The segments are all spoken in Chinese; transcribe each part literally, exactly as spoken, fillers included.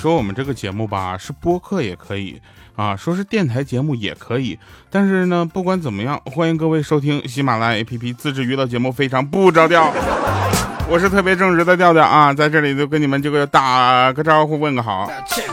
说我们这个节目吧，是播客也可以啊，说是电台节目也可以，但是呢，不管怎么样，欢迎各位收听喜马拉雅 A P P 自制娱乐节目，非常不着调。我是特别正直的调调啊，在这里就跟你们这个打个招呼，问个好。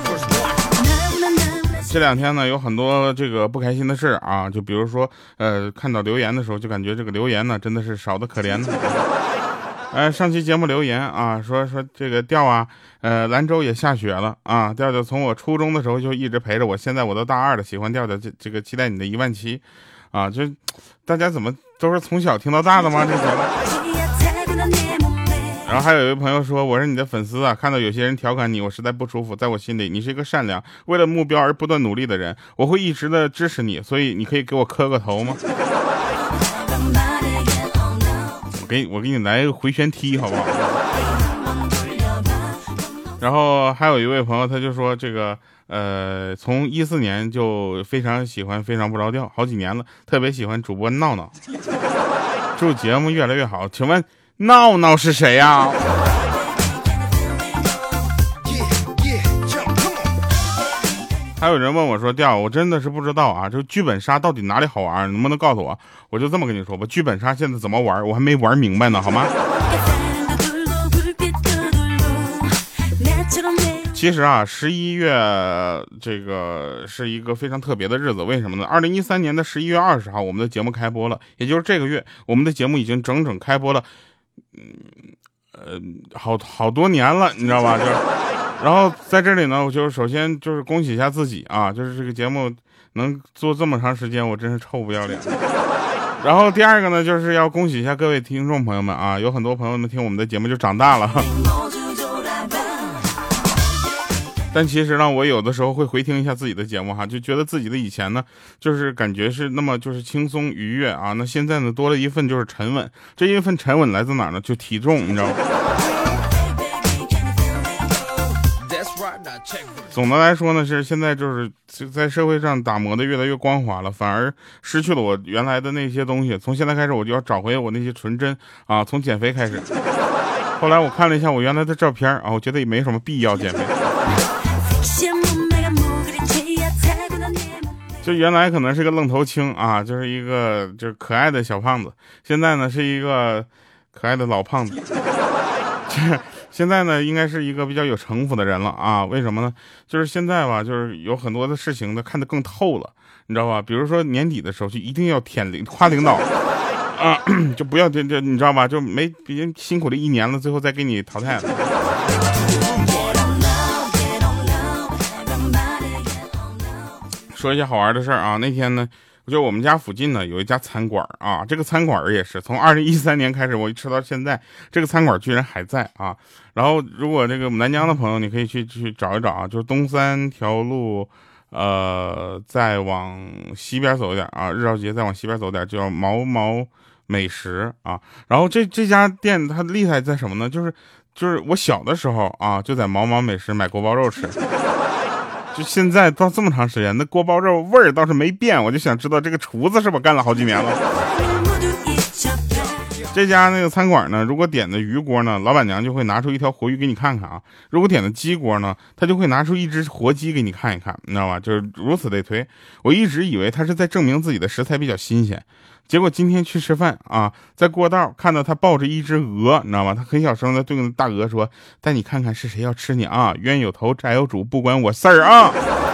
这两天呢，有很多这个不开心的事啊，就比如说，呃，看到留言的时候，就感觉这个留言呢，真的是少得可怜呢。呃，上期节目留言啊，说说这个调啊，呃，兰州也下雪了啊。调调从我初中的时候就一直陪着我，现在我都大二了，喜欢调调这这个期待你的一万七，啊，就大家怎么都是从小听到大的吗？这节目。然后还有一位朋友说，我是你的粉丝啊，看到有些人调侃你，我实在不舒服，在我心里，你是一个善良、为了目标而不断努力的人，我会一直的支持你，所以你可以给我磕个头吗？给我给你来个回旋踢好不好？然后还有一位朋友，他就说这个呃，从一四年就非常喜欢非常不着调，好几年了，特别喜欢主播闹闹，祝节目越来越好。请问闹闹是谁呀？还有人问我说，调，我真的是不知道啊，这剧本杀到底哪里好玩，能不能告诉我？我就这么跟你说吧，剧本杀现在怎么玩，我还没玩明白呢，好吗？其实啊，十一月这个是一个非常特别的日子，为什么呢？二零一三年的十一月二十号，我们的节目开播了，也就是这个月，我们的节目已经整整开播了，嗯，呃，好好多年了，你知道吧？就是。然后在这里呢，我就首先就是恭喜一下自己啊，就是这个节目能做这么长时间，我真是臭不要脸。然后第二个呢，就是要恭喜一下各位听众朋友们啊，有很多朋友们听我们的节目就长大了。但其实呢，我有的时候会回听一下自己的节目哈，就觉得自己的以前呢，就是感觉是那么就是轻松愉悦啊，那现在呢多了一份就是沉稳，这一份沉稳来自哪儿呢？就体重，你知道吗？总的来说呢，是现在就是在社会上打磨的越来越光滑了，反而失去了我原来的那些东西。从现在开始，我就要找回我那些纯真啊！从减肥开始。后来我看了一下我原来的照片啊，我觉得也没什么必要减肥。就原来可能是个愣头青啊，就是一个就是可爱的小胖子，现在呢是一个可爱的老胖子。现在呢，应该是一个比较有城府的人了啊？为什么呢？就是现在吧，就是有很多的事情呢看得更透了，你知道吧？比如说年底的时候，就一定要舔领夸领导啊，就不要这这，你知道吧？就没别人辛苦了一年了，最后再给你淘汰了。说一些好玩的事儿啊，那天呢。就我们家附近呢有一家餐馆啊，这个餐馆也是从二零一三年开始我一吃到现在，这个餐馆居然还在啊。然后如果这个南疆的朋友，你可以去去找一找啊，就是东三条路，呃，再往西边走一点啊，日照街再往西边走点，叫毛毛美食啊。然后这这家店它厉害在什么呢？就是就是我小的时候啊，就在毛毛美食买锅包肉吃。就现在到这么长时间，那锅包肉味儿倒是没变，我就想知道这个厨子是不是干了好几年了。这家那个餐馆呢，如果点的鱼锅呢，老板娘就会拿出一条活鱼给你看看啊；如果点的鸡锅呢，他就会拿出一只活鸡给你看一看，你知道吧？就是如此类推。我一直以为他是在证明自己的食材比较新鲜，结果今天去吃饭啊，在过道看到他抱着一只鹅，你知道吗？他很小声的对大鹅说：“带你看看是谁要吃你啊！冤有头债有主，不关我事儿啊！”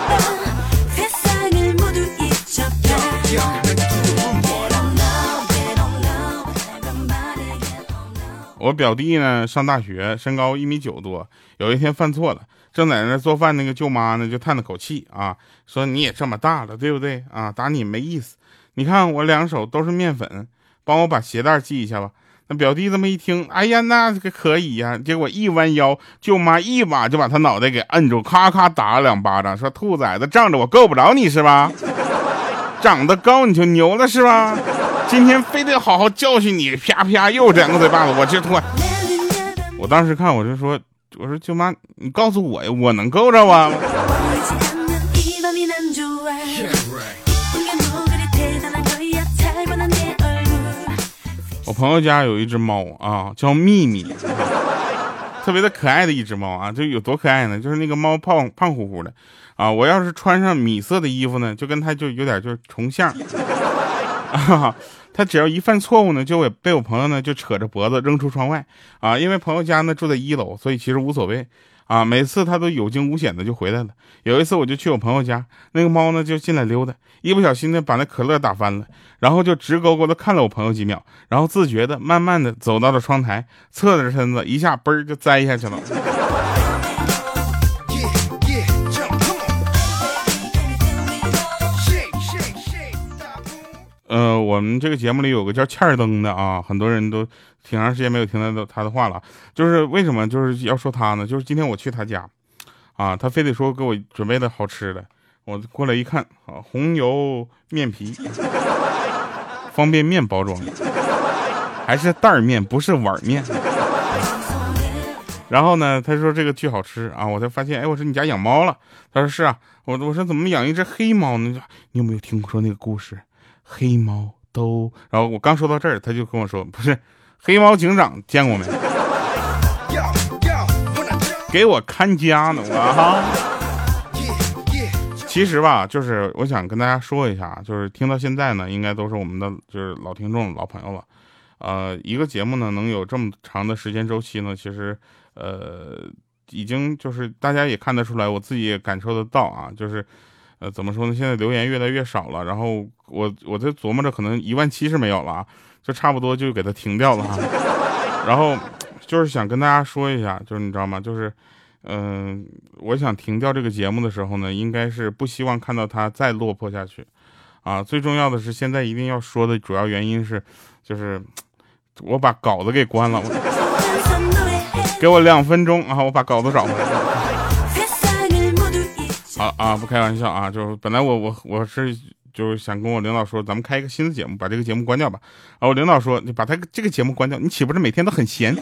我表弟呢上大学，身高一米九多，有一天犯错了，正在那做饭，那个舅妈呢就叹了口气啊，说：“你也这么大了，对不对啊？打你没意思。你看我两手都是面粉，帮我把鞋带系一下吧。”那表弟这么一听，哎呀，那个可以呀、啊。结果一弯腰，舅妈一把就把他脑袋给摁住，咔咔打了两巴掌，说：“兔崽子，仗着我够不着你是吧？长得高你就牛了是吧？今天非得好好教训你，啪啪又两个嘴巴子，我这突。”我当时看我就说，我说舅妈，你告诉我呀，我能够着啊？我朋友家有一只猫啊，叫秘密， 特别的可爱的一只猫啊，就有多可爱呢？就是那个猫胖胖乎乎的啊，我要是穿上米色的衣服呢，就跟它就有点就是重像啊。他只要一犯错误呢，就会被我朋友呢就扯着脖子扔出窗外啊。因为朋友家呢住在一楼，所以其实无所谓啊。每次他都有惊无险的就回来了。有一次我就去我朋友家，那个猫呢就进来溜达，一不小心呢把那可乐打翻了，然后就直勾勾的看了我朋友几秒，然后自觉的慢慢的走到了窗台，侧着身子一下嘣儿就栽下去了。呃，我们这个节目里有个叫欠儿登的啊，很多人都挺长时间没有听到他的话了。就是为什么就是要说他呢？就是今天我去他家，啊，他非得说给我准备的好吃的，我过来一看啊，红油面皮，方便面包装，还是袋儿面，不是碗面。然后呢，他说这个巨好吃啊，我才发现，哎，我说你家养猫了？他说是啊，我我说怎么养一只黑猫呢？你有没有听说那个故事？黑猫都，然后我刚说到这儿，他就跟我说，不是黑猫警长见过没？给我看家呢，我哈。其实吧，就是我想跟大家说一下，就是听到现在呢，应该都是我们的就是老听众、老朋友了。呃，一个节目呢能有这么长的时间周期呢，其实呃已经就是大家也看得出来，我自己也感受得到啊，就是。呃，怎么说呢？现在留言越来越少了，然后我我在琢磨着，可能一万七是没有了啊，就差不多就给它停掉了哈。然后就是想跟大家说一下，就是你知道吗？就是，嗯、呃，我想停掉这个节目的时候呢，应该是不希望看到它再落魄下去，啊，最重要的是现在一定要说的主要原因是，就是我把稿子给关了，给我两分钟啊，我把稿子找回来。啊啊，不开玩笑啊，就是本来我我我是就是想跟我领导说，咱们开一个新的节目，把这个节目关掉吧。然后我领导说，你把他这个节目关掉，你岂不是每天都很闲？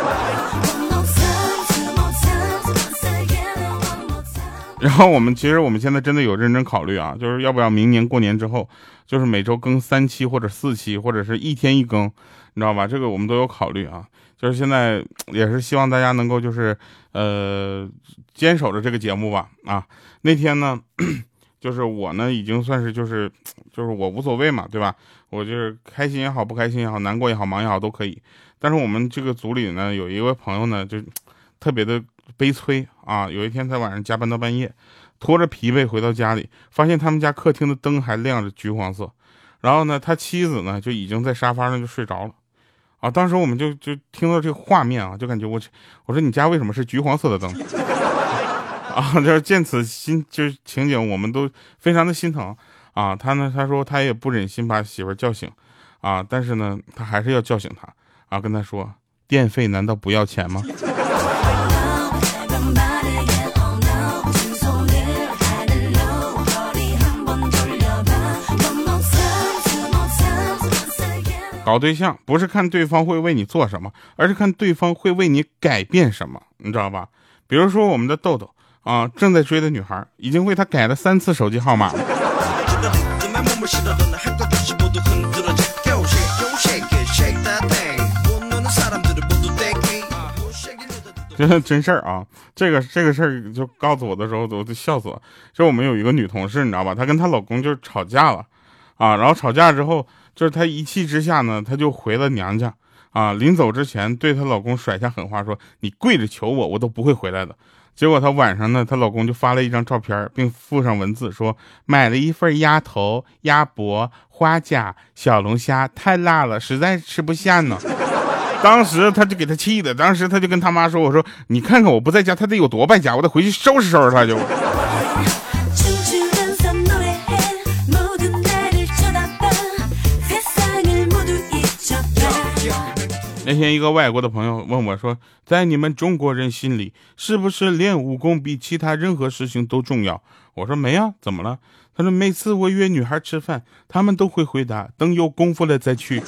然后我们其实我们现在真的有认真考虑啊，就是要不要明年过年之后，就是每周更三期或者四期，或者是一天一更，你知道吧？这个我们都有考虑啊。就是现在也是希望大家能够就是呃坚守着这个节目吧啊。那天呢，就是我呢已经算是就是就是我无所谓嘛，对吧？我就是开心也好，不开心也好，难过也好，忙也好都可以。但是我们这个组里呢有一位朋友呢就特别的悲催啊。有一天他晚上加班到半夜，拖着疲惫回到家里，发现他们家客厅的灯还亮着橘黄色，然后呢他妻子呢就已经在沙发上就睡着了。啊！当时我们就就听到这个画面啊，就感觉我我说你家为什么是橘黄色的灯啊？就是见此心就是情景，我们都非常的心疼啊。他呢，他说他也不忍心把媳妇儿叫醒啊，但是呢，他还是要叫醒他啊，跟他说电费难道不要钱吗？搞对象不是看对方会为你做什么，而是看对方会为你改变什么，你知道吧？比如说我们的豆豆啊，正在追的女孩已经为他改了三次手机号码了。这真事儿啊！这个这个事儿就告诉我的时候，我就笑死我。就我们有一个女同事，你知道吧？她跟她老公就吵架了啊，然后吵架之后。就是她一气之下呢，她就回了娘家啊。临走之前，对她老公甩下狠话说：“你跪着求我，我都不会回来的。”结果她晚上呢，她老公就发了一张照片，并附上文字说：“买了一份鸭头、鸭脖、花甲、小龙虾，太辣了，实在吃不下呢。”当时他就给他气的，当时他就跟他妈说：“我说你看看我不在家，他得有多败家，我得回去收拾收拾他就。”那天一个外国的朋友问我说，在你们中国人心里，是不是练武功比其他任何事情都重要？我说没啊，怎么了？他说每次我约女孩吃饭，他们都会回答等有功夫了再去。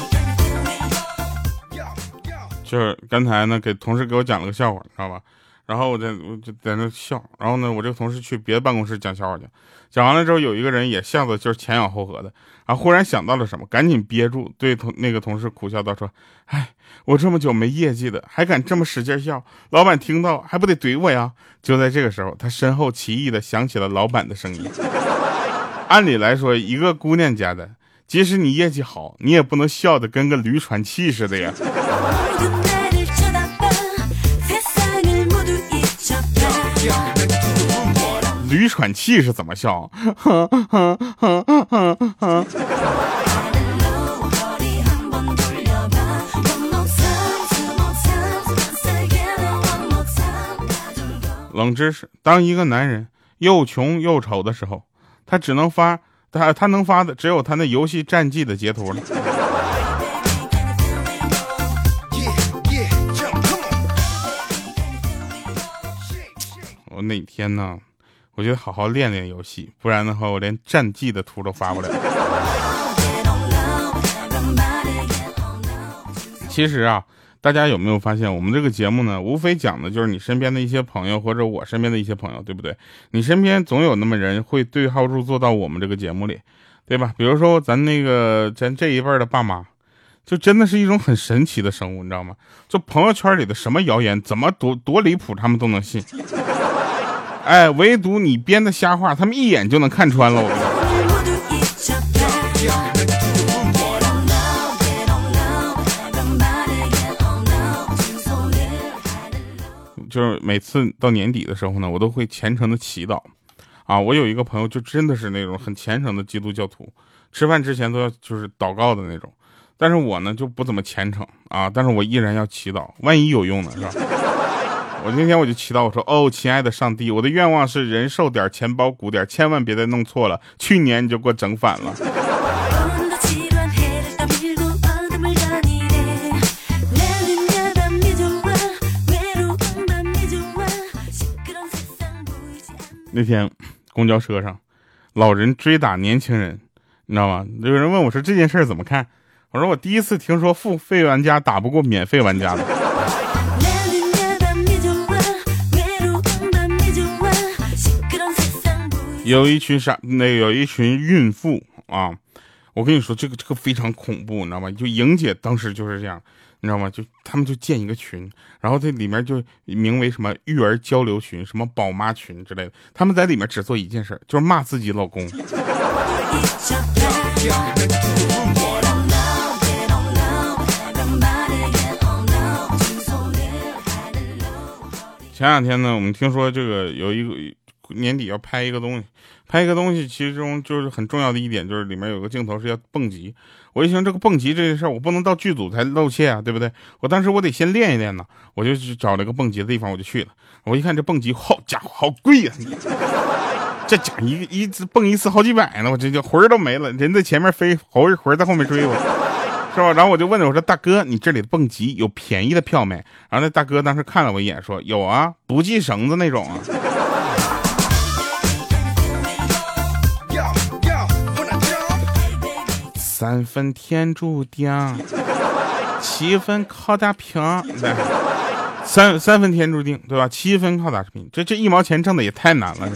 就是刚才呢给同事给我讲了个笑话，知道吧？ 然后我在我就在那笑，然后呢，我这个同事去别的办公室讲笑话去，讲完了之后，有一个人也笑的就是前仰后合的，然后忽然想到了什么，赶紧憋住，对同那个同事苦笑道说：“哎，我这么久没业绩的，还敢这么使劲笑，老板听到还不得怼我呀？”就在这个时候，他身后奇异的响起了老板的声音。按理来说，一个姑娘家的，即使你业绩好，你也不能笑得跟个驴喘气似的呀。驴喘气是怎么笑？冷知识：当一个男人又穷又丑的时候，他只能发他他能发的只有他那游戏战绩的截图了。我哪天呢？我就好好练练游戏，不然的话，我连战绩的图都发不了。其实啊，大家有没有发现，我们这个节目呢，无非讲的就是你身边的一些朋友，或者我身边的一些朋友，对不对？你身边总有那么人会对号入座到我们这个节目里，对吧？比如说咱那个咱这一辈的爸妈，就真的是一种很神奇的生物，你知道吗？就朋友圈里的什么谣言，怎么多多离谱，他们都能信。哎，唯独你编的瞎话，他们一眼就能看穿了。我跟你说，就是每次到年底的时候呢，我都会虔诚的祈祷啊。我有一个朋友，就真的是那种很虔诚的基督教徒，吃饭之前都要就是祷告的那种。但是我呢就不怎么虔诚啊，但是我依然要祈祷，万一有用呢，是吧？我那天我就祈祷，我说：“哦，亲爱的上帝，我的愿望是人瘦点，钱包鼓点，千万别再弄错了。去年你就给我整反了。”那天公交车上，老人追打年轻人，你知道吗？有人问我说这件事怎么看？我说我第一次听说付费玩家打不过免费玩家的。有一群傻，那有一群孕妇啊，我跟你说，这个这个非常恐怖，你知道吗？就莹姐当时就是这样，你知道吗？就他们就建一个群，然后这里面就名为什么育儿交流群、什么宝妈群之类的，他们在里面只做一件事，就是骂自己老公。前两天呢，我们听说这个有一个年底要拍一个东西，拍一个东西，其中就是很重要的一点，就是里面有个镜头是要蹦极。我一想这个蹦极这件事，我不能到剧组才露怯啊，对不对？我当时我得先练一练呢，我就去找了个蹦极的地方，我就去了。我一看这蹦极，好家伙，好贵呀、啊！这家一一次蹦一次好几百呢，我这就魂儿都没了，人在前面飞，魂魂在后面追我。是吧？然后我就问了，我说大哥，你这里的蹦极有便宜的票没？然后那大哥当时看了我一眼，说有啊，不系绳子那种啊。三分天注定，七分靠打拼，三三分天注定，对吧？七分靠打拼，这这一毛钱挣的也太难了。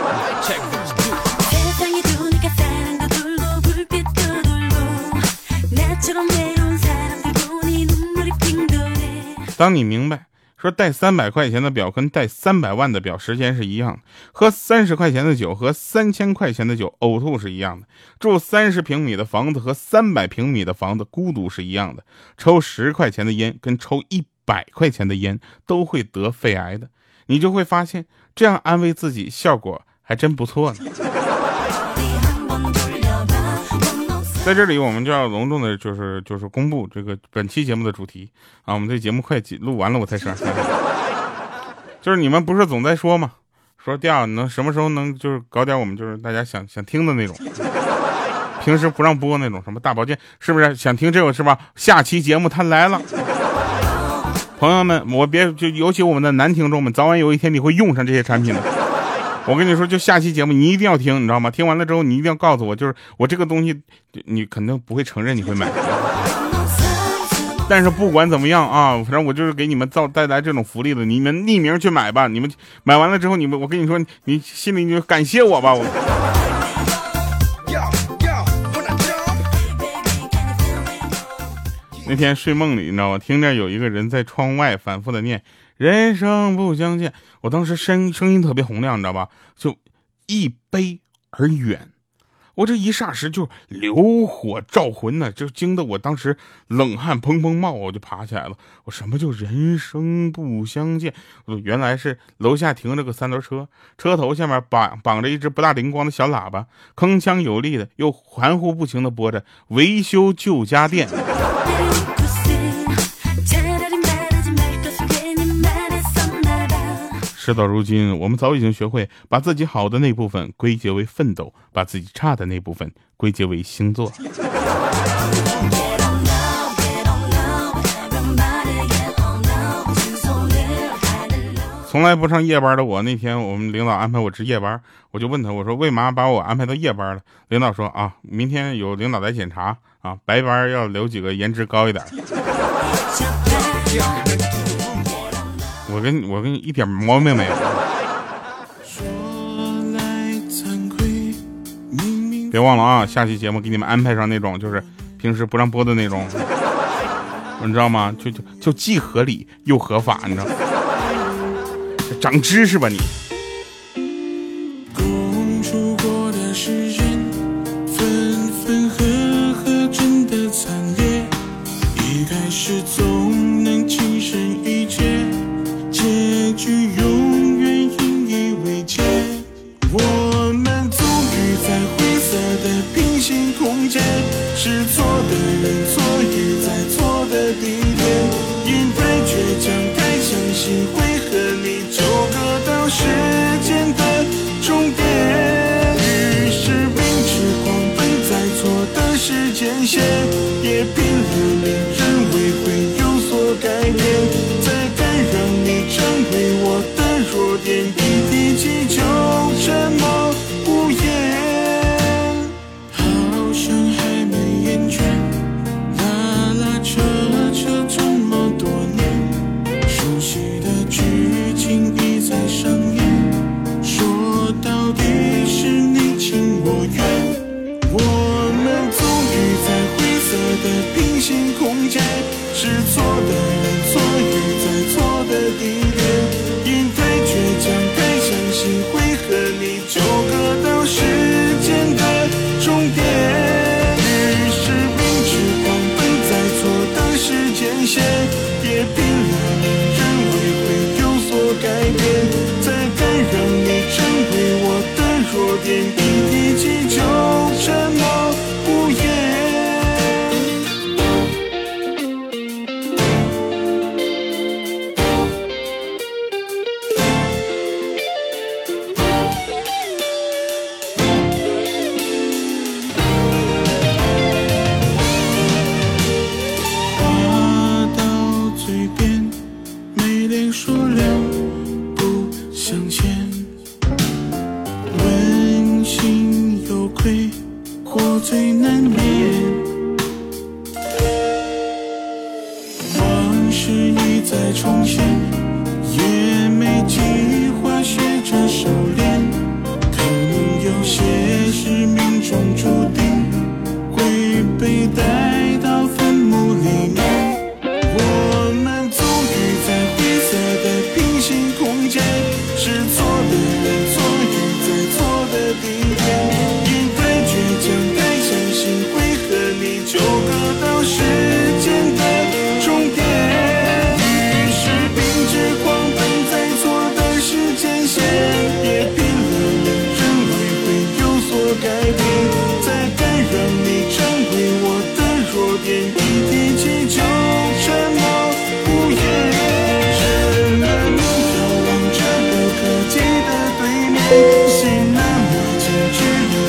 当你明白说带三百块钱的表跟带三百万的表时间是一样的，喝三十块钱的酒和三千块钱的酒呕吐是一样的，住三十平米的房子和三百平米的房子孤独是一样的，抽十块钱的烟跟抽一百块钱的烟都会得肺癌的，你就会发现这样安慰自己效果还真不错呢。在这里我们就要隆重的就是就是公布这个本期节目的主题啊，我们这节目快录完了我才说，就是你们不是总在说吗？说第二能什么时候能就是搞点我们就是大家想想听的那种，平时不让播那种什么大保健，是不是想听这个是吧？下期节目它来了，朋友们，我别就尤其我们的男听众们，早晚有一天你会用上这些产品的。我跟你说，就下期节目你一定要听，你知道吗？听完了之后你一定要告诉我，就是我这个东西你肯定不会承认你会买。 但是不管怎么样啊，反正我就是给你们造带来这种福利的，你们匿名去买吧。你们买完了之后，你们我跟你说，你心里就感谢我吧。我那天睡梦里，你知道吗？听着有一个人在窗外反复的念“人生不相见”，我当时声声音特别洪亮，你知道吧？就一悲而远。我这一霎时就流火照魂呢，就惊得我当时冷汗砰砰冒，我就爬起来了。我什么叫人生不相见？原来是楼下停着个三轮车，车头下面绑绑着一只不大灵光的小喇叭，铿锵有力的又含糊不清的播着维修旧家电。事到如今，我们早已经学会把自己好的那部分归结为奋斗，把自己差的那部分归结为星座。从来不上夜班的我，那天我们领导安排我值夜班，我就问他，我说为嘛把我安排到夜班了？领导说啊，明天有领导来检查啊，白班要留几个颜值高一点。我跟我跟你一点毛病没有。别忘了啊，下期节目给你们安排上那种就是平时不让播的那种，你知道吗？就就就既合理又合法，你知道吗？长知识吧你。共处过的时间，分分合合真的惨烈，一开始总能轻声一切，结局永远引以为戒。我们总于在灰色的平行空间，是错的人错于在错的地点，应该倔强该相信会和你纠葛到时间的终点，于是明知狂奔在错的时间线，也拼了命认为会有所改变，才敢让你成为我的弱点，一提起就沉默无言，好像还没厌倦，拉拉扯扯这么多年，熟悉的剧情一再上演，说到底是你情我愿，我们总于在灰色的平行空间，是错的人错于在错的地点，应该倔强该相信会和你纠葛到时间的终点，于是明知狂奔在错的时间线，也拼了命认为会有所改变，才敢让你成为我的弱点，一提起就沉默无言。话到嘴边，没脸说了不向前，问心有愧，或最难免，往事一再重现，也没计划学着收敛，可能有些事命中注定会被带到坟墓里面，我们总于在灰色的平行空间，是错的人错于在错的地点，应该倔强该相信会和你纠葛到时间的终点，于是明知狂奔在错的时间线，也拼了命认为会有所改变，才敢让你成为我的弱点，一提起就沉默无言，人们眺望着不可及的对面，心那么近，只有